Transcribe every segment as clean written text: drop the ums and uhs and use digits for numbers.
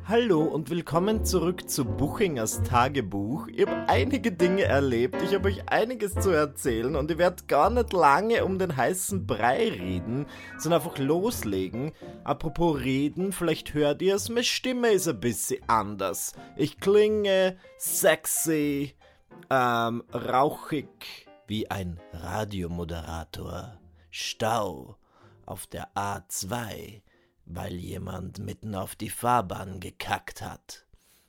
Hallo und willkommen zurück zu Buchingers Tagebuch. Ich habe einige Dinge erlebt, ich habe euch einiges zu erzählen und ich werde gar nicht lange um den heißen Brei reden, sondern einfach loslegen. Apropos reden, vielleicht hört ihr es, meine Stimme ist ein bisschen anders. Ich klinge sexy, rauchig wie ein Radiomoderator. Stau auf der A2. Weil jemand mitten auf die Fahrbahn gekackt hat.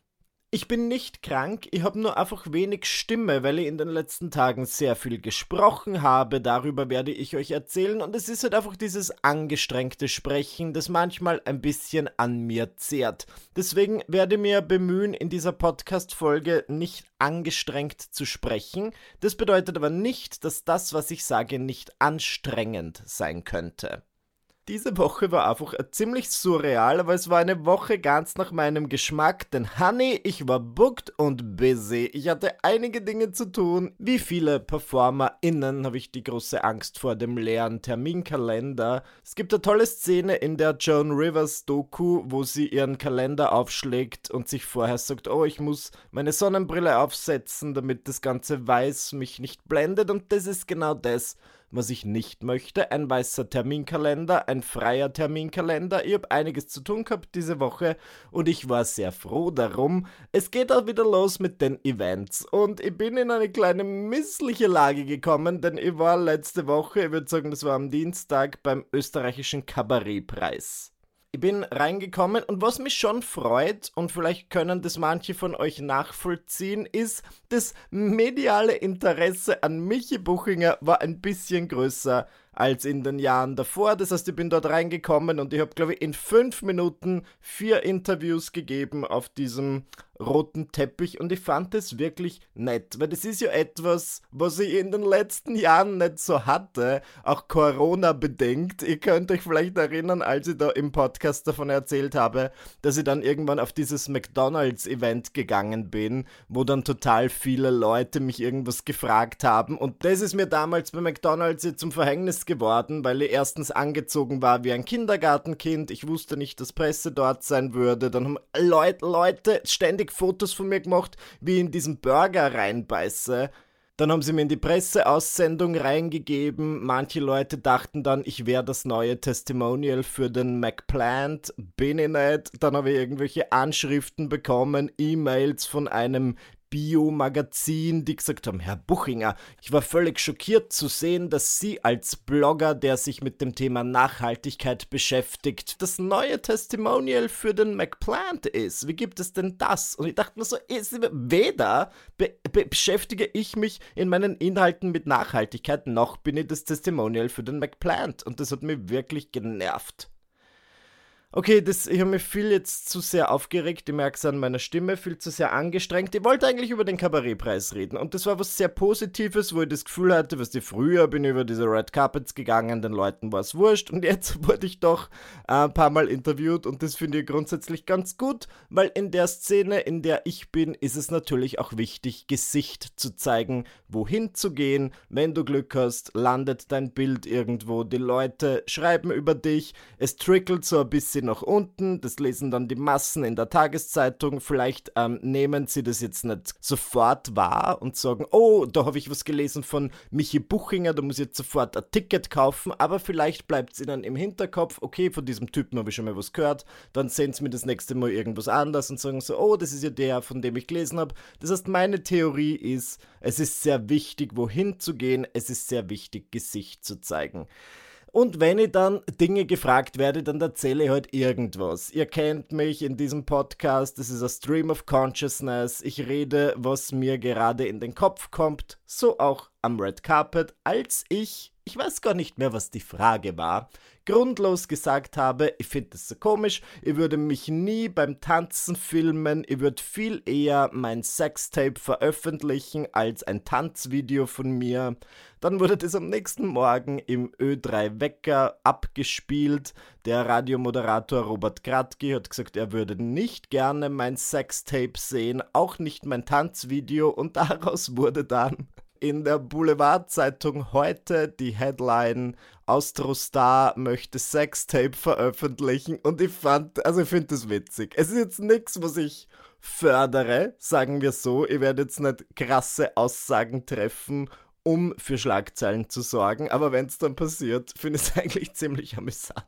Ich bin nicht krank, ich habe nur einfach wenig Stimme, weil ich in den letzten Tagen sehr viel gesprochen habe, darüber werde ich euch erzählen und es ist halt einfach dieses angestrengte Sprechen, das manchmal ein bisschen an mir zehrt. Deswegen werde ich mir bemühen, in dieser Podcast-Folge nicht angestrengt zu sprechen. Das bedeutet aber nicht, dass das, was ich sage, nicht anstrengend sein könnte. Diese Woche war einfach ziemlich surreal, aber es war eine Woche ganz nach meinem Geschmack, denn Honey, ich war booked und busy. Ich hatte einige Dinge zu tun. Wie viele PerformerInnen habe ich die große Angst vor dem leeren Terminkalender. Es gibt eine tolle Szene in der Joan Rivers Doku, wo sie ihren Kalender aufschlägt und sich vorher sagt, oh, ich muss meine Sonnenbrille aufsetzen, damit das ganze Weiß mich nicht blendet und das ist genau das, was ich nicht möchte. Ein weißer Terminkalender, ein freier Terminkalender. Ich habe einiges zu tun gehabt diese Woche und ich war sehr froh darum. Es geht auch wieder los mit den Events und ich bin in eine kleine missliche Lage gekommen, denn ich war letzte Woche, ich würde sagen, das war am Dienstag, beim österreichischen Kabarettpreis. Ich bin reingekommen und was mich schon freut, und vielleicht können das manche von euch nachvollziehen, ist, das mediale Interesse an Michi Buchinger war ein bisschen größer als in den Jahren davor. Das heißt, ich bin dort reingekommen und ich habe, glaube ich, in 5 Minuten 4 Interviews gegeben auf diesem roten Teppich und ich fand das wirklich nett, weil das ist ja etwas, was ich in den letzten Jahren nicht so hatte, auch Corona bedingt. Ihr könnt euch vielleicht erinnern, als ich da im Podcast davon erzählt habe, dass ich dann irgendwann auf dieses McDonald's-Event gegangen bin, wo dann total viele Leute mich irgendwas gefragt haben und das ist mir damals bei McDonald's jetzt zum Verhängnis geworden, weil ich erstens angezogen war wie ein Kindergartenkind, ich wusste nicht, dass Presse dort sein würde, dann haben Leute ständig Fotos von mir gemacht, wie ich in diesen Burger reinbeiße. Dann haben sie mir in die Presseaussendung reingegeben. Manche Leute dachten dann, ich wäre das neue Testimonial für den McPlant. Bin ich nicht. Dann habe ich irgendwelche Anschriften bekommen, E-Mails von einem Bio-Magazin, die gesagt haben, Herr Buchinger, ich war völlig schockiert zu sehen, dass Sie als Blogger, der sich mit dem Thema Nachhaltigkeit beschäftigt, das neue Testimonial für den McPlant ist. Wie gibt es denn das? Und ich dachte mir so, weder beschäftige ich mich in meinen Inhalten mit Nachhaltigkeit, noch bin ich das Testimonial für den McPlant. Und das hat mich wirklich genervt. Okay, ich habe mich viel jetzt zu sehr aufgeregt, ich merke es an meiner Stimme, viel zu sehr angestrengt. Ich wollte eigentlich über den Kabarettpreis reden und das war was sehr Positives, wo ich das Gefühl hatte, früher bin ich über diese Red Carpets gegangen, den Leuten war es wurscht und jetzt wurde ich doch ein paar Mal interviewt und das finde ich grundsätzlich ganz gut, weil in der Szene, in der ich bin, ist es natürlich auch wichtig, Gesicht zu zeigen, wohin zu gehen. Wenn du Glück hast, landet dein Bild irgendwo, die Leute schreiben über dich, es trickelt so ein bisschen nach unten, das lesen dann die Massen in der Tageszeitung, vielleicht nehmen sie das jetzt nicht sofort wahr und sagen, oh, da habe ich was gelesen von Michi Buchinger, da muss ich jetzt sofort ein Ticket kaufen, aber vielleicht bleibt es ihnen im Hinterkopf, okay, von diesem Typen habe ich schon mal was gehört, dann sehen sie mir das nächste Mal irgendwas anders und sagen so, oh, das ist ja der, von dem ich gelesen habe. Das heißt, meine Theorie ist, es ist sehr wichtig, wohin zu gehen, es ist sehr wichtig, Gesicht zu zeigen. Und wenn ich dann Dinge gefragt werde, dann erzähle ich halt irgendwas. Ihr kennt mich in diesem Podcast, das ist ein Stream of Consciousness. Ich rede, was mir gerade in den Kopf kommt, so auch am Red Carpet, als ich weiß gar nicht mehr, was die Frage war, grundlos gesagt habe, ich finde das so komisch, ich würde mich nie beim Tanzen filmen, ich würde viel eher mein Sextape veröffentlichen als ein Tanzvideo von mir. Dann wurde das am nächsten Morgen im Ö3 Wecker abgespielt. Der Radiomoderator Robert Gradtke hat gesagt, er würde nicht gerne mein Sextape sehen, auch nicht mein Tanzvideo und daraus wurde dann in der Boulevardzeitung heute die Headline: Austrostar möchte Sextape veröffentlichen, und ich finde das witzig. Es ist jetzt nichts, was ich fördere, sagen wir so. Ich werde jetzt nicht krasse Aussagen treffen, um für Schlagzeilen zu sorgen, aber wenn es dann passiert, finde ich es eigentlich ziemlich amüsant.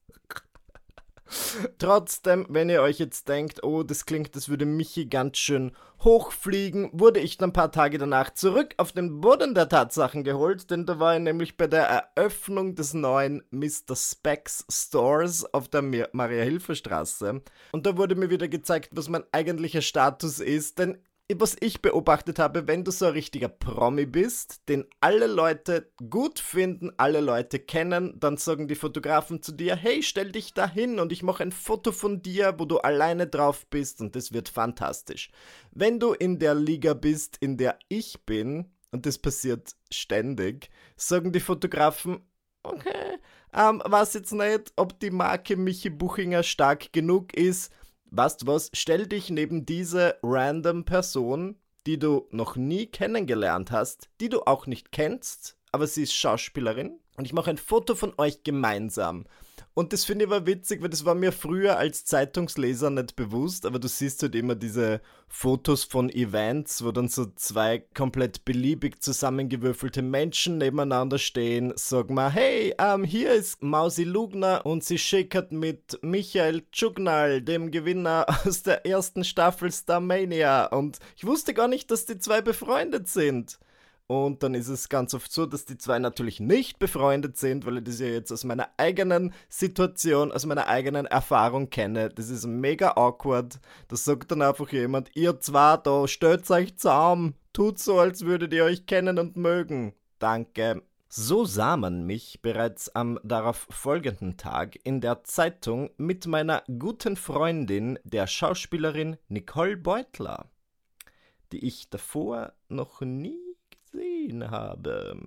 Trotzdem, wenn ihr euch jetzt denkt, oh, das klingt, das würde Michi ganz schön hochfliegen, wurde ich dann ein paar Tage danach zurück auf den Boden der Tatsachen geholt, denn da war ich nämlich bei der Eröffnung des neuen Mr. Specs Stores auf der Maria-Hilfer-Straße, und da wurde mir wieder gezeigt, was mein eigentlicher Status ist, denn was ich beobachtet habe, wenn du so ein richtiger Promi bist, den alle Leute gut finden, alle Leute kennen, dann sagen die Fotografen zu dir: hey, stell dich da hin und ich mache ein Foto von dir, wo du alleine drauf bist, und das wird fantastisch. Wenn du in der Liga bist, in der ich bin, und das passiert ständig, sagen die Fotografen: okay, weiß jetzt nicht, ob die Marke Michi Buchinger stark genug ist. Weißt du was, stell dich neben diese random Person, die du noch nie kennengelernt hast, die du auch nicht kennst, aber sie ist Schauspielerin, und ich mache ein Foto von euch gemeinsam. Und das finde ich aber witzig, weil das war mir früher als Zeitungsleser nicht bewusst, aber du siehst halt immer diese Fotos von Events, wo dann so zwei komplett beliebig zusammengewürfelte Menschen nebeneinander stehen, sagen mal: hey, hier ist Mausi Lugner und sie schickert mit Michael Tschugnal, dem Gewinner aus der ersten Staffel Starmania, und ich wusste gar nicht, dass die zwei befreundet sind. Und dann ist es ganz oft so, dass die zwei natürlich nicht befreundet sind, weil ich das ja jetzt aus meiner eigenen Situation, aus meiner eigenen Erfahrung kenne. Das ist mega awkward. Da sagt dann einfach jemand: ihr zwei da, stellt euch zusammen, tut so, als würdet ihr euch kennen und mögen. Danke. So sah man mich bereits am darauf folgenden Tag in der Zeitung mit meiner guten Freundin, der Schauspielerin Nicole Beutler, die ich davor noch nie gesehen habe.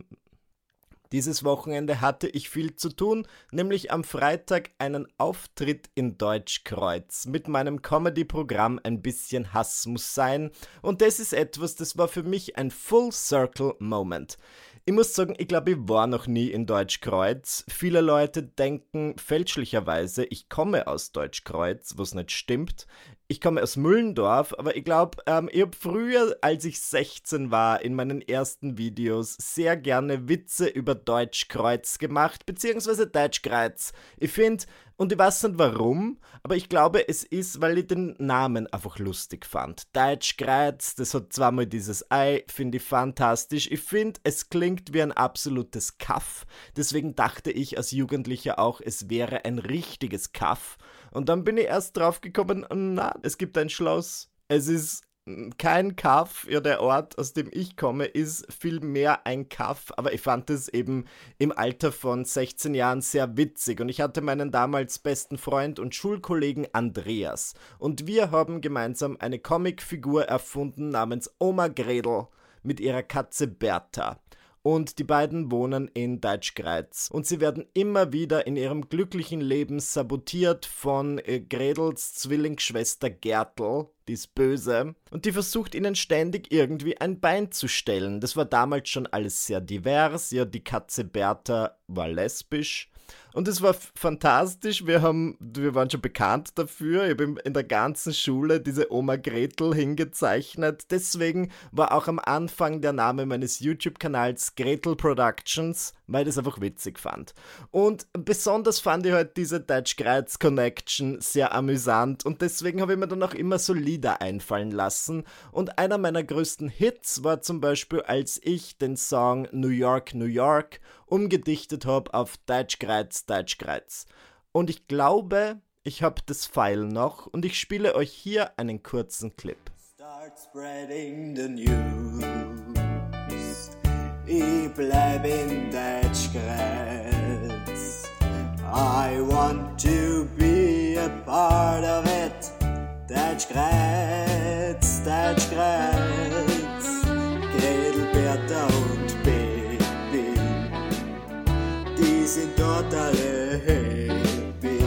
Dieses Wochenende hatte ich viel zu tun, nämlich am Freitag einen Auftritt in Deutschkreuz mit meinem Comedy-Programm Ein bisschen Hass muss sein, und das ist etwas, das war für mich ein Full-Circle-Moment. Ich muss sagen, ich glaube, ich war noch nie in Deutschkreuz. Viele Leute denken fälschlicherweise, ich komme aus Deutschkreuz, was nicht stimmt. Ich komme aus Müllendorf, aber ich glaube, ich habe früher, als ich 16 war, in meinen ersten Videos sehr gerne Witze über Deutschkreuz gemacht, beziehungsweise Deutschkreuz. Ich finde, und ich weiß nicht warum, aber ich glaube, es ist, weil ich den Namen einfach lustig fand. Deutschkreuz, das hat zweimal dieses Ei, finde ich fantastisch. Ich finde, es klingt wie ein absolutes Kaff. Deswegen dachte ich als Jugendlicher auch, es wäre ein richtiges Kaff. Und dann bin ich erst drauf gekommen, na, es gibt ein Schloss. Es ist kein Kaff, ja, der Ort, aus dem ich komme, ist viel mehr ein Kaff, aber ich fand es eben im Alter von 16 Jahren sehr witzig, und ich hatte meinen damals besten Freund und Schulkollegen Andreas, und wir haben gemeinsam eine Comicfigur erfunden namens Oma Gretel mit ihrer Katze Bertha. Und die beiden wohnen in Deutschkreuz. Und sie werden immer wieder in ihrem glücklichen Leben sabotiert von Gretels Zwillingsschwester Gertel, die ist böse. Und die versucht ihnen ständig irgendwie ein Bein zu stellen. Das war damals schon alles sehr divers. Ja, die Katze Bertha war lesbisch. Und es war fantastisch, wir waren schon bekannt dafür. Ich habe in der ganzen Schule diese Oma Gretel hingezeichnet. Deswegen war auch am Anfang der Name meines YouTube-Kanals Gretel Productions, weil ich das einfach witzig fand. Und besonders fand ich halt diese Deutschkreuz-Connection sehr amüsant, und deswegen habe ich mir dann auch immer so Lieder einfallen lassen. Und einer meiner größten Hits war zum Beispiel, als ich den Song New York, New York umgedichtet habe auf Deutschkreuz, Deutschkreuz. Und ich glaube, ich habe das File noch, und ich spiele euch hier einen kurzen Clip. Start spreading the news. Ich bleib in Deutschkreuz. I want to be a part of it. Deutschkreuz, Deutschkreuz. Gretel, Bertha und Baby, die sind dort alle happy.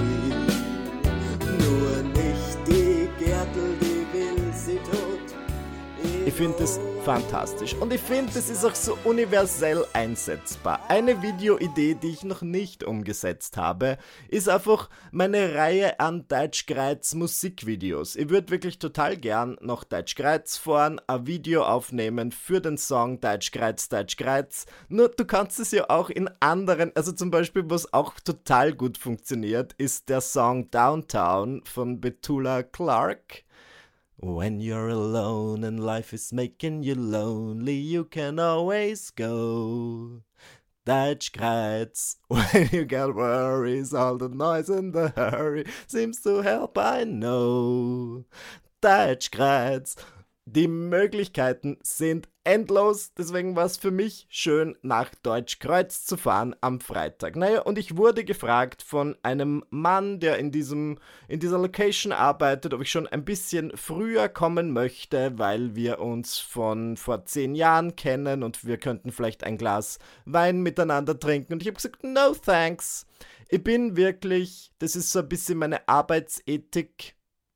Nur nicht die Gertel, die will sie tot. Ich finde es fantastisch und ich finde, es ist auch so universell einsetzbar. Eine Videoidee, die ich noch nicht umgesetzt habe, ist einfach meine Reihe an Deutschgreiz Musikvideos. Ich würde wirklich total gern noch Deutschgreiz fahren, ein Video aufnehmen für den Song Deutschgreiz, Deutschgreiz. Nur du kannst es ja auch in anderen, also zum Beispiel, was auch total gut funktioniert, ist der Song Downtown von Petula Clark. When you're alone and life is making you lonely, you can always go Deutschkreuz. When you get worries, all the noise and the hurry seems to help, I know. Deutschkreuz. Die Möglichkeiten sind endlos, deswegen war es für mich schön, nach Deutschkreuz zu fahren am Freitag. Naja, und ich wurde gefragt von einem Mann, der in dieser Location arbeitet, ob ich schon ein bisschen früher kommen möchte, weil wir uns von vor 10 Jahren kennen und wir könnten vielleicht ein Glas Wein miteinander trinken. Und ich habe gesagt, no thanks. Ich bin wirklich, das ist so ein bisschen meine Arbeitsethik.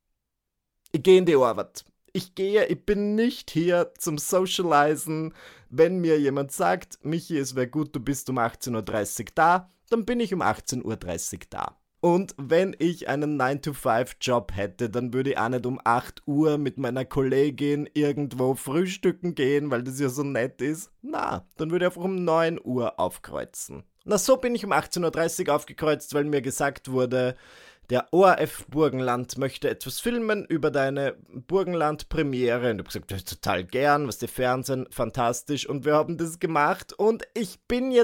Ich gehe in die Arbeit. Ich bin nicht hier zum Socialisen. Wenn mir jemand sagt, Michi, es wäre gut, du bist um 18.30 Uhr da, dann bin ich um 18.30 Uhr da. Und wenn ich einen 9-to-5-Job hätte, dann würde ich auch nicht um 8 Uhr mit meiner Kollegin irgendwo frühstücken gehen, weil das ja so nett ist. Na, dann würde ich einfach um 9 Uhr aufkreuzen. Na, so bin ich um 18.30 Uhr aufgekreuzt, weil mir gesagt wurde, der ORF Burgenland möchte etwas filmen über deine Burgenland-Premiere. Und ich habe gesagt, das ist total gern, was die Fernsehen, fantastisch. Und wir haben das gemacht. Und ich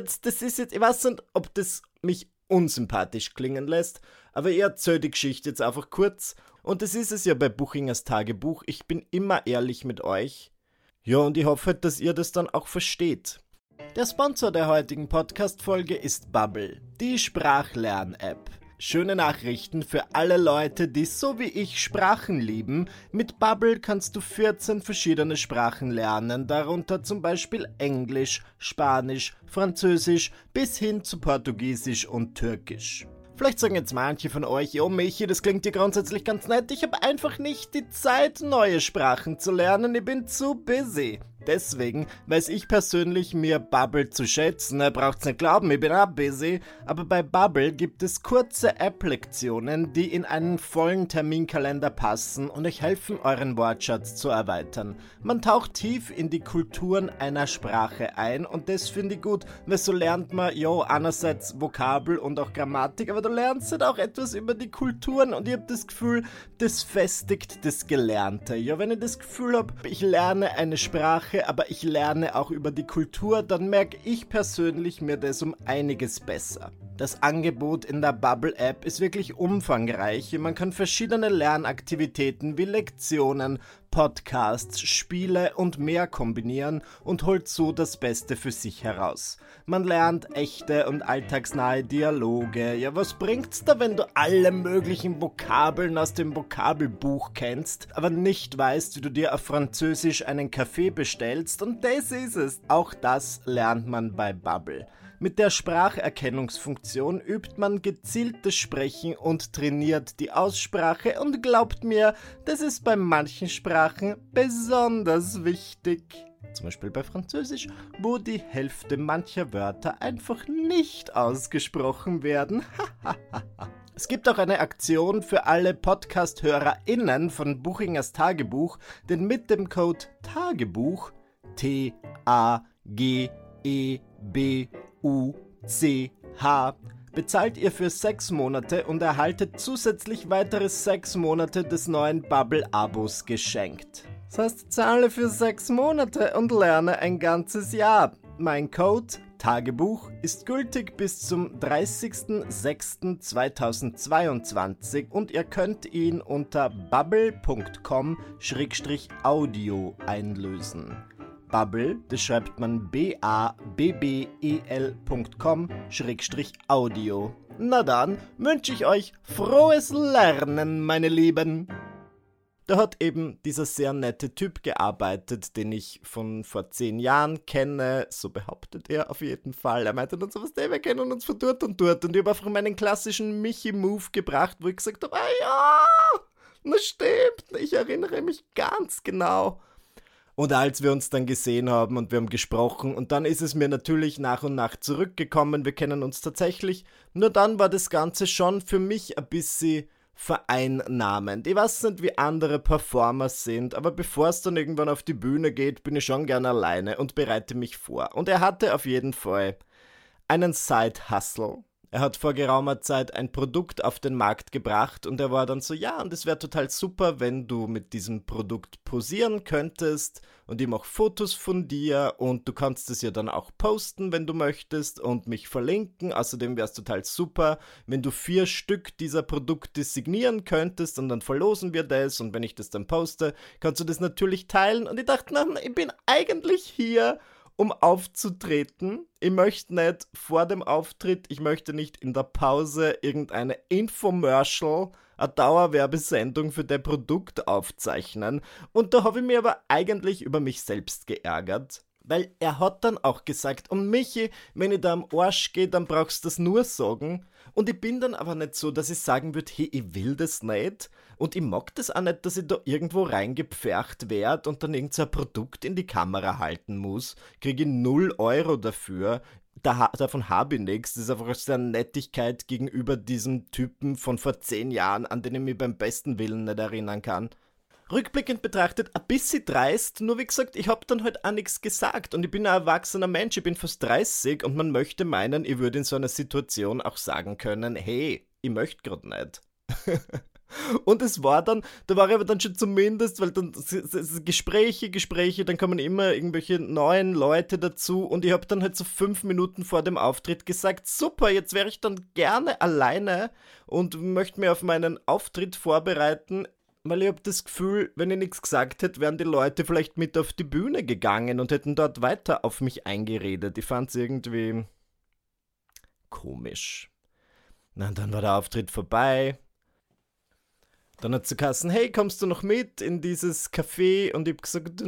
weiß nicht, ob das mich unsympathisch klingen lässt, aber ich erzähle die Geschichte jetzt einfach kurz. Und das ist es ja bei Buchingers Tagebuch. Ich bin immer ehrlich mit euch. Ja, und ich hoffe, dass ihr das dann auch versteht. Der Sponsor der heutigen Podcast-Folge ist Babbel, die Sprachlern-App. Schöne Nachrichten für alle Leute, die so wie ich Sprachen lieben. Mit Babbel kannst du 14 verschiedene Sprachen lernen, darunter zum Beispiel Englisch, Spanisch, Französisch bis hin zu Portugiesisch und Türkisch. Vielleicht sagen jetzt manche von euch, oh Michi, das klingt dir grundsätzlich ganz nett, ich habe einfach nicht die Zeit, neue Sprachen zu lernen, ich bin zu busy. Deswegen weiß ich persönlich mir Babbel zu schätzen, braucht's nicht glauben, ich bin auch busy, aber bei Babbel gibt es kurze App-Lektionen, die in einen vollen Terminkalender passen und euch helfen, euren Wortschatz zu erweitern. Man taucht tief in die Kulturen einer Sprache ein und das finde ich gut, weil so lernt man, einerseits Vokabel und auch Grammatik, aber du lernst halt auch etwas über die Kulturen und ich habe das Gefühl, das festigt das Gelernte. Ja, wenn ich das Gefühl habe, ich lerne eine Sprache, aber ich lerne auch über die Kultur, dann merke ich persönlich mir das um einiges besser. Das Angebot in der Babbel-App ist wirklich umfangreich. Man kann verschiedene Lernaktivitäten wie Lektionen, Podcasts, Spiele und mehr kombinieren und holt so das Beste für sich heraus. Man lernt echte und alltagsnahe Dialoge. Ja, was bringt's da, wenn du alle möglichen Vokabeln aus dem Vokabelbuch kennst, aber nicht weißt, wie du dir auf Französisch einen Kaffee bestellst? Und das ist es. Auch das lernt man bei Babbel. Mit der Spracherkennungsfunktion übt man gezieltes Sprechen und trainiert die Aussprache und glaubt mir, das ist bei manchen Sprachen besonders wichtig. Zum Beispiel bei Französisch, wo die Hälfte mancher Wörter einfach nicht ausgesprochen werden. Es gibt auch eine Aktion für alle Podcast-HörerInnen von Buchingers Tagebuch, denn mit dem Code TAGEBUCH TAGEBUCH bezahlt ihr für 6 Monate und erhaltet zusätzlich weitere 6 Monate des neuen Babbel-Abos geschenkt. Das heißt, zahle für 6 Monate und lerne ein ganzes Jahr. Mein Code Tagebuch ist gültig bis zum 30.06.2022 und ihr könnt ihn unter babbel.com/audio einlösen. Babbel, das schreibt man babbel.com/audio. Na dann wünsche ich euch frohes Lernen, meine Lieben. Da hat eben dieser sehr nette Typ gearbeitet, den ich von vor 10 Jahren kenne, so behauptet er auf jeden Fall. Er meinte dann so, was, wir kennen uns von dort und dort. Und ich habe einfach meinen klassischen Michi-Move gebracht, wo ich gesagt habe, ja, das stimmt, ich erinnere mich ganz genau. Und als wir uns dann gesehen haben und wir haben gesprochen und dann ist es mir natürlich nach und nach zurückgekommen, wir kennen uns tatsächlich, nur dann war das Ganze schon für mich ein bisschen vereinnahmend. Ich weiß nicht, wie andere Performer sind, aber bevor es dann irgendwann auf die Bühne geht, bin ich schon gern alleine und bereite mich vor. Und er hatte auf jeden Fall einen Side-Hustle. Er hat vor geraumer Zeit ein Produkt auf den Markt gebracht und er war dann so, ja, und es wäre total super, wenn du mit diesem Produkt posieren könntest und ich mache Fotos von dir und du kannst es ja dann auch posten, wenn du möchtest und mich verlinken. Außerdem wäre es total super, wenn du 4 Stück dieser Produkte signieren könntest und dann verlosen wir das und wenn ich das dann poste, kannst du das natürlich teilen. Und ich dachte, na, ich bin eigentlich hier, um aufzutreten. Ich möchte nicht vor dem Auftritt, ich möchte nicht in der Pause irgendeine Infomercial, eine Dauerwerbesendung für dein Produkt aufzeichnen. Und da habe ich mich aber eigentlich über mich selbst geärgert. Weil er hat dann auch gesagt, und Michi, wenn ich da am Arsch gehe, dann brauchst du das nur sagen. Und ich bin dann aber nicht so, dass ich sagen würde, hey, ich will das nicht. Und ich mag das auch nicht, dass ich da irgendwo reingepfercht werde und dann irgend so ein Produkt in die Kamera halten muss. Kriege ich 0 Euro dafür. Davon habe ich nichts. Das ist einfach so eine Nettigkeit gegenüber diesem Typen von vor 10 Jahren, an den ich mich beim besten Willen nicht erinnern kann. Rückblickend betrachtet ein bisschen dreist, nur wie gesagt, ich hab dann halt auch nichts gesagt und ich bin ein erwachsener Mensch, ich bin fast 30 und man möchte meinen, ich würde in so einer Situation auch sagen können, hey, ich möchte gerade nicht. Und es war dann, da war ich aber dann schon zumindest, weil dann Gespräche, dann kommen immer irgendwelche neuen Leute dazu und ich habe dann halt so 5 Minuten vor dem Auftritt gesagt, super, jetzt wäre ich dann gerne alleine und möchte mich auf meinen Auftritt vorbereiten. Weil ich habe das Gefühl, wenn ich nichts gesagt hätte, wären die Leute vielleicht mit auf die Bühne gegangen und hätten dort weiter auf mich eingeredet. Ich fand es irgendwie komisch. Na, und dann war der Auftritt vorbei. Dann hat sie gesagt, hey, kommst du noch mit in dieses Café? Und ich habe gesagt,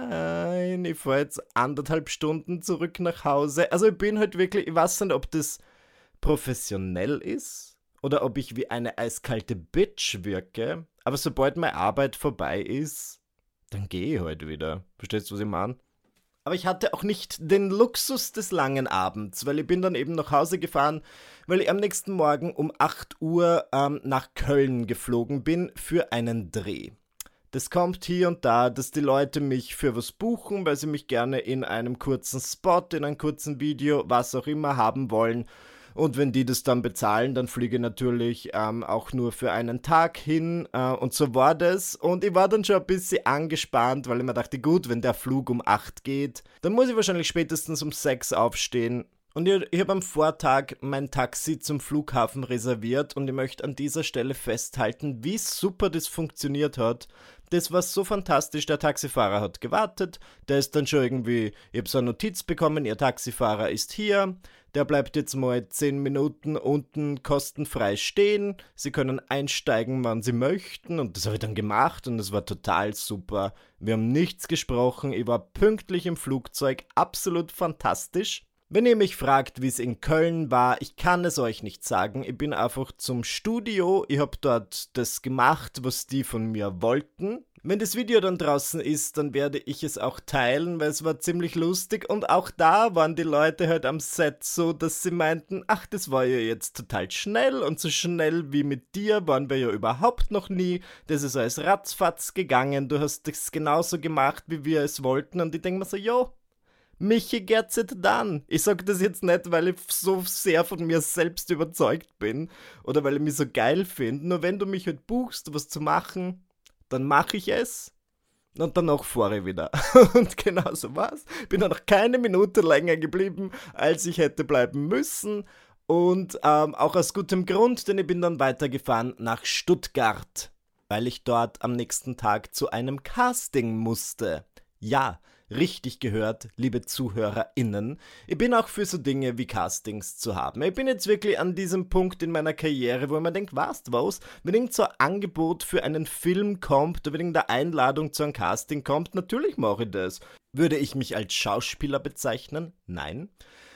nein, ich fahre jetzt 1,5 Stunden zurück nach Hause. Also ich bin halt wirklich, ich weiß nicht, ob das professionell ist oder ob ich wie eine eiskalte Bitch wirke. Aber sobald meine Arbeit vorbei ist, dann gehe ich halt wieder. Verstehst du, was ich meine? Aber ich hatte auch nicht den Luxus des langen Abends, weil ich bin dann eben nach Hause gefahren, weil ich am nächsten Morgen um 8 Uhr nach Köln geflogen bin für einen Dreh. Das kommt hier und da, dass die Leute mich für was buchen, weil sie mich gerne in einem kurzen Spot, in einem kurzen Video, was auch immer haben wollen. Und wenn die das dann bezahlen, dann fliege ich natürlich auch nur für einen Tag hin. Und so war das. Und ich war dann schon ein bisschen angespannt, weil ich mir dachte, gut, wenn der Flug um 8 geht, dann muss ich wahrscheinlich spätestens um 6 aufstehen. Und ich habe am Vortag mein Taxi zum Flughafen reserviert und ich möchte an dieser Stelle festhalten, wie super das funktioniert hat. Das war so fantastisch, der Taxifahrer hat gewartet, der ist dann schon irgendwie, ich habe so eine Notiz bekommen, Ihr Taxifahrer ist hier, der bleibt jetzt mal 10 Minuten unten kostenfrei stehen, Sie können einsteigen, wann Sie möchten und das habe ich dann gemacht und das war total super. Wir haben nichts gesprochen, ich war pünktlich im Flugzeug, absolut fantastisch. Wenn ihr mich fragt, wie es in Köln war, ich kann es euch nicht sagen. Ich bin einfach zum Studio, ich habe dort das gemacht, was die von mir wollten. Wenn das Video dann draußen ist, dann werde ich es auch teilen, weil es war ziemlich lustig. Und auch da waren die Leute halt am Set so, dass sie meinten, ach, das war ja jetzt total schnell und so schnell wie mit dir waren wir ja überhaupt noch nie. Das ist alles ratzfatz gegangen, du hast das genauso gemacht, wie wir es wollten. Und ich denke mir so, jo, Michi gets it done. Ich sage das jetzt nicht, weil ich so sehr von mir selbst überzeugt bin oder weil ich mich so geil finde. Nur wenn du mich halt buchst, was zu machen, dann mache ich es und danach fahre ich wieder. Und genau so war's. Bin dann noch keine Minute länger geblieben, als ich hätte bleiben müssen. Und auch aus gutem Grund, denn ich bin dann weitergefahren nach Stuttgart, weil ich dort am nächsten Tag zu einem Casting musste. Ja, richtig gehört, liebe ZuhörerInnen. Ich bin auch für so Dinge wie Castings zu haben. Ich bin jetzt wirklich an diesem Punkt in meiner Karriere, wo man denkt, weißt du was, wenn irgend so ein Angebot für einen Film kommt oder wenn irgendeine Einladung zu einem Casting kommt, natürlich mache ich das. Würde ich mich als Schauspieler bezeichnen? Nein.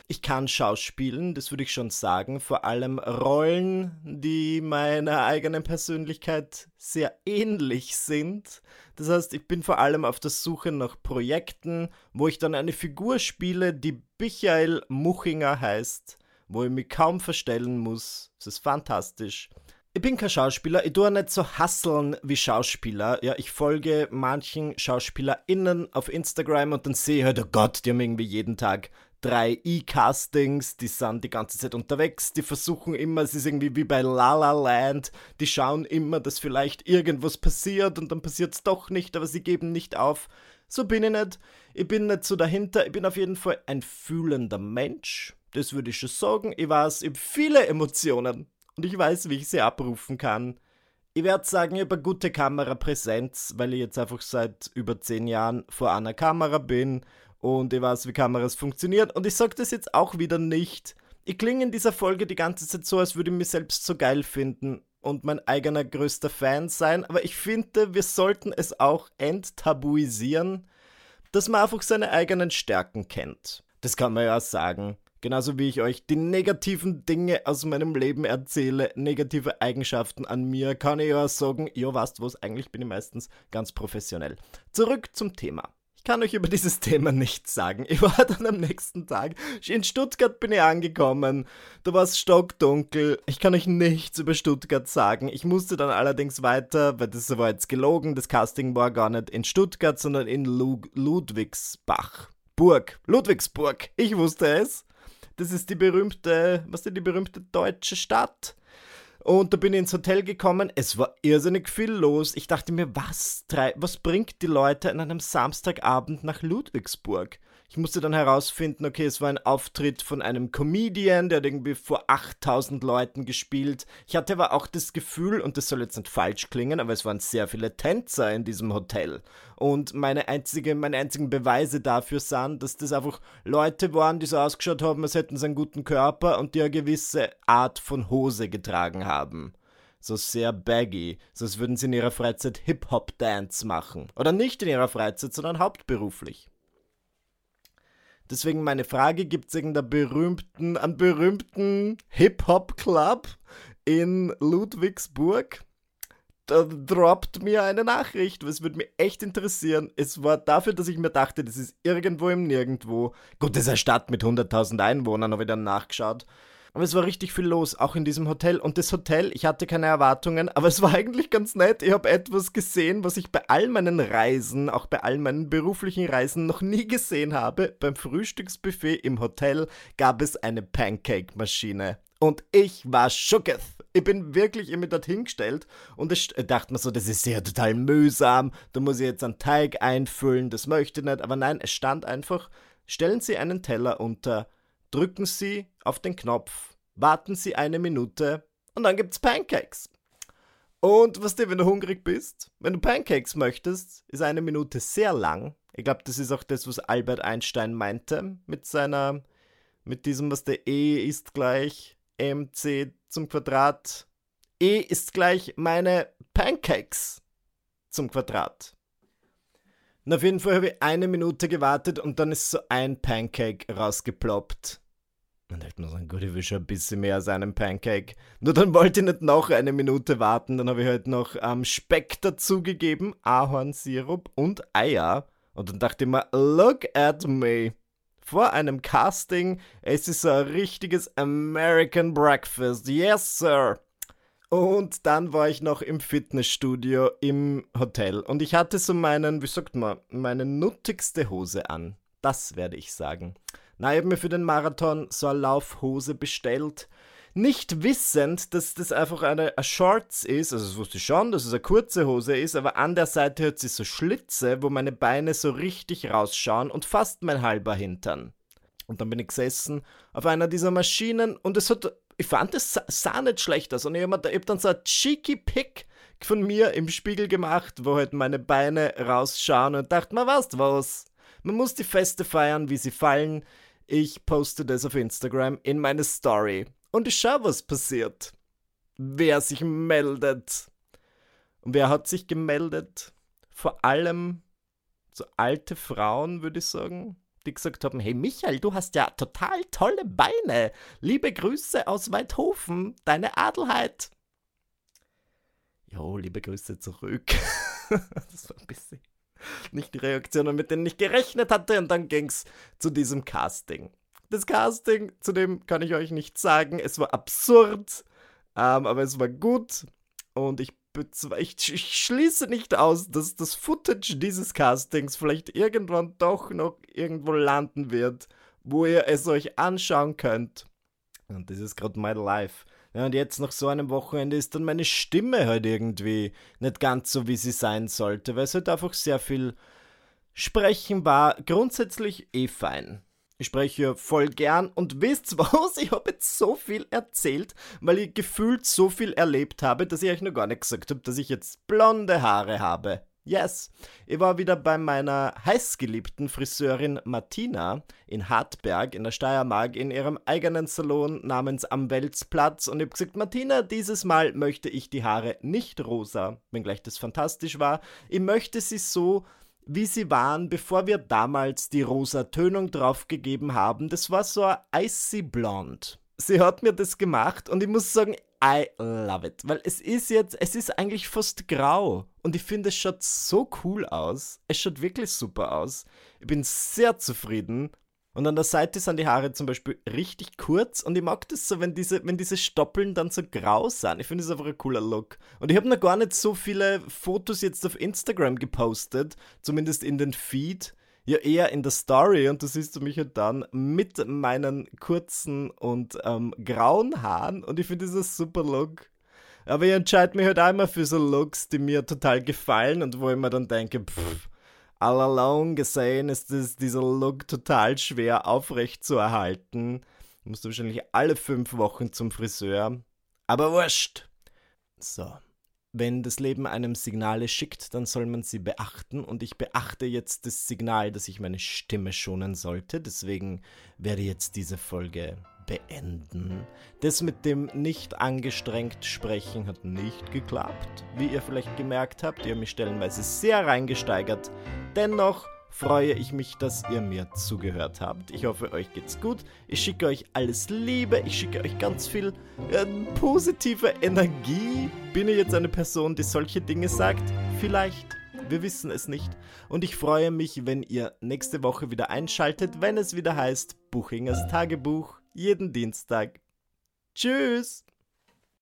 Ich kann schauspielen, das würde ich schon sagen, vor allem Rollen, die meiner eigenen Persönlichkeit sehr ähnlich sind. Das heißt, ich bin vor allem auf der Suche nach Projekten, wo ich dann eine Figur spiele, die Michael Muchinger heißt, wo ich mich kaum verstellen muss. Das ist fantastisch. Ich bin kein Schauspieler, ich tue nicht so hustlen wie Schauspieler. Ja, ich folge manchen SchauspielerInnen auf Instagram und dann sehe ich halt, oh Gott, die haben irgendwie jeden Tag 3 E-Castings, die sind die ganze Zeit unterwegs, die versuchen immer, es ist irgendwie wie bei La La Land, die schauen immer, dass vielleicht irgendwas passiert und dann passiert es doch nicht, aber sie geben nicht auf. So bin ich bin nicht so dahinter, ich bin auf jeden Fall ein fühlender Mensch, das würde ich schon sagen. Ich weiß, ich habe viele Emotionen. Und ich weiß, wie ich sie abrufen kann. Ich werde sagen, ich habe eine gute Kamerapräsenz, weil ich jetzt einfach seit über 10 Jahren vor einer Kamera bin und ich weiß, wie Kameras funktionieren. Und ich sage das jetzt auch wieder nicht. Ich klinge in dieser Folge die ganze Zeit so, als würde ich mich selbst so geil finden und mein eigener größter Fan sein. Aber ich finde, wir sollten es auch enttabuisieren, dass man einfach seine eigenen Stärken kennt. Das kann man ja sagen. Genauso wie ich euch die negativen Dinge aus meinem Leben erzähle, negative Eigenschaften an mir, kann ich ja sagen, ja, weißt du was, eigentlich bin ich meistens ganz professionell. Zurück zum Thema. Ich kann euch über dieses Thema nichts sagen. Ich war dann am nächsten Tag, in Stuttgart bin ich angekommen, da war es stockdunkel, ich kann euch nichts über Stuttgart sagen. Ich musste dann allerdings weiter, weil das war jetzt gelogen, das Casting war gar nicht in Stuttgart, sondern in Ludwigsburg. Ich wusste es. Das ist die berühmte deutsche Stadt. Und da bin ich ins Hotel gekommen. Es war irrsinnig viel los. Ich dachte mir, was bringt die Leute an einem Samstagabend nach Ludwigsburg? Ich musste dann herausfinden, okay, es war ein Auftritt von einem Comedian, der hat irgendwie vor 8000 Leuten gespielt. Ich hatte aber auch das Gefühl, und das soll jetzt nicht falsch klingen, aber es waren sehr viele Tänzer in diesem Hotel. Und meine einzigen Beweise dafür sind, dass das einfach Leute waren, die so ausgeschaut haben, als hätten sie einen guten Körper und die eine gewisse Art von Hose getragen haben. So sehr baggy, so als würden sie in ihrer Freizeit Hip-Hop-Dance machen. Oder nicht in ihrer Freizeit, sondern hauptberuflich. Deswegen meine Frage, gibt es einen berühmten Hip-Hop-Club in Ludwigsburg? Da droppt mir eine Nachricht, es würde mich echt interessieren. Es war dafür, dass ich mir dachte, das ist irgendwo im Nirgendwo. Gut, das ist eine Stadt mit 100.000 Einwohnern, habe ich dann nachgeschaut. Aber es war richtig viel los, auch in diesem Hotel. Und das Hotel, ich hatte keine Erwartungen, aber es war eigentlich ganz nett. Ich habe etwas gesehen, was ich bei all meinen Reisen, auch bei all meinen beruflichen Reisen noch nie gesehen habe. Beim Frühstücksbuffet im Hotel gab es eine Pancake-Maschine. Und ich war schockert. Ich bin mich dorthin gestellt und ich dachte mir so, das ist ja total mühsam. Da muss ich jetzt einen Teig einfüllen, das möchte ich nicht. Aber nein, es stand einfach, stellen Sie einen Teller unter, drücken Sie auf den Knopf, warten Sie 1 Minute und dann gibt's Pancakes. Und wenn du hungrig bist, wenn du Pancakes möchtest, ist 1 Minute sehr lang. Ich glaube, das ist auch das, was Albert Einstein meinte mit diesem, was der E ist gleich mc zum Quadrat. E ist gleich meine Pancakes zum Quadrat. Und auf jeden Fall habe ich 1 Minute gewartet und dann ist so ein Pancake rausgeploppt. Und ich dachte mir so, gut, ich will schon ein bisschen mehr als einen Pancake. Nur dann wollte ich nicht noch 1 Minute warten. Dann habe ich halt noch Speck dazugegeben, Ahornsirup und Eier. Und dann dachte ich mir, look at me. Vor einem Casting, es ist so ein richtiges American Breakfast. Yes, sir. Und dann war ich noch im Fitnessstudio im Hotel. Und ich hatte so meine nuttigste Hose an. Das werde ich sagen. Na, ich habe mir für den Marathon so eine Laufhose bestellt. Nicht wissend, dass das einfach eine Shorts ist. Also das wusste ich schon, dass es eine kurze Hose ist. Aber an der Seite hat sie so Schlitze, wo meine Beine so richtig rausschauen und fast mein halber Hintern. Und dann bin ich gesessen auf einer dieser Maschinen und ich fand, es sah nicht schlecht aus. Und ich hab dann so ein cheeky Pick von mir im Spiegel gemacht, wo halt meine Beine rausschauen und dachte mir, weißt du was? Man muss die Feste feiern, wie sie fallen. Ich poste das auf Instagram in meine Story. Und ich schau, was passiert. Wer sich meldet. Und wer hat sich gemeldet? Vor allem so alte Frauen, würde ich sagen. die gesagt haben, hey Michael, du hast ja total tolle Beine. Liebe Grüße aus Weidhofen, deine Adelheid. Jo, liebe Grüße zurück. Das war ein bisschen nicht die Reaktionen, mit denen ich gerechnet hatte. Und dann ging's zu diesem Casting. Das Casting, zu dem kann ich euch nicht sagen. Es war absurd, aber es war gut. Und ich schließe nicht aus, dass das Footage dieses Castings vielleicht irgendwann doch noch irgendwo landen wird, wo ihr es euch anschauen könnt. Und das ist gerade my life. Ja, und jetzt nach so einem Wochenende ist dann meine Stimme halt irgendwie nicht ganz so, wie sie sein sollte, weil es halt einfach sehr viel Sprechen war. Grundsätzlich fein. Ich spreche voll gern und wisst was, ich habe jetzt so viel erzählt, weil ich gefühlt so viel erlebt habe, dass ich euch noch gar nicht gesagt habe, dass ich jetzt blonde Haare habe. Yes, ich war wieder bei meiner heißgeliebten Friseurin Martina in Hartberg in der Steiermark in ihrem eigenen Salon namens Am Welsplatz und ich habe gesagt, Martina, dieses Mal möchte ich die Haare nicht rosa, wenngleich das fantastisch war. Ich möchte sie so, wie sie waren, bevor wir damals die rosa Tönung draufgegeben haben. Das war so ein icy blond. Sie hat mir das gemacht und ich muss sagen, I love it, weil es ist eigentlich fast grau und ich finde, es schaut so cool aus. Es schaut wirklich super aus. Ich bin sehr zufrieden. Und an der Seite sind die Haare zum Beispiel richtig kurz und ich mag das so, wenn diese Stoppeln dann so grau sind. Ich finde das einfach ein cooler Look. Und ich habe noch gar nicht so viele Fotos jetzt auf Instagram gepostet, zumindest in den Feed. Ja, eher in der Story und du siehst mich halt dann mit meinen kurzen und grauen Haaren und ich finde das ein super Look. Aber ich entscheide mich halt auch immer für so Looks, die mir total gefallen und wo ich mir dann denke, all along gesehen ist dieser Look total schwer aufrecht zu erhalten. Du musst wahrscheinlich alle 5 Wochen zum Friseur. Aber wurscht. So. Wenn das Leben einem Signale schickt, dann soll man sie beachten und ich beachte jetzt das Signal, dass ich meine Stimme schonen sollte. Deswegen werde ich jetzt diese Folge beenden. Das mit dem nicht angestrengt sprechen hat nicht geklappt. Wie ihr vielleicht gemerkt habt, ihr habt mich stellenweise sehr reingesteigert. Dennoch freue ich mich, dass ihr mir zugehört habt. Ich hoffe, euch geht's gut. Ich schicke euch alles Liebe. Ich schicke euch ganz viel positive Energie. Bin ich jetzt eine Person, die solche Dinge sagt? Vielleicht. Wir wissen es nicht. Und ich freue mich, wenn ihr nächste Woche wieder einschaltet, wenn es wieder heißt Buchingers Tagebuch. Jeden Dienstag. Tschüss!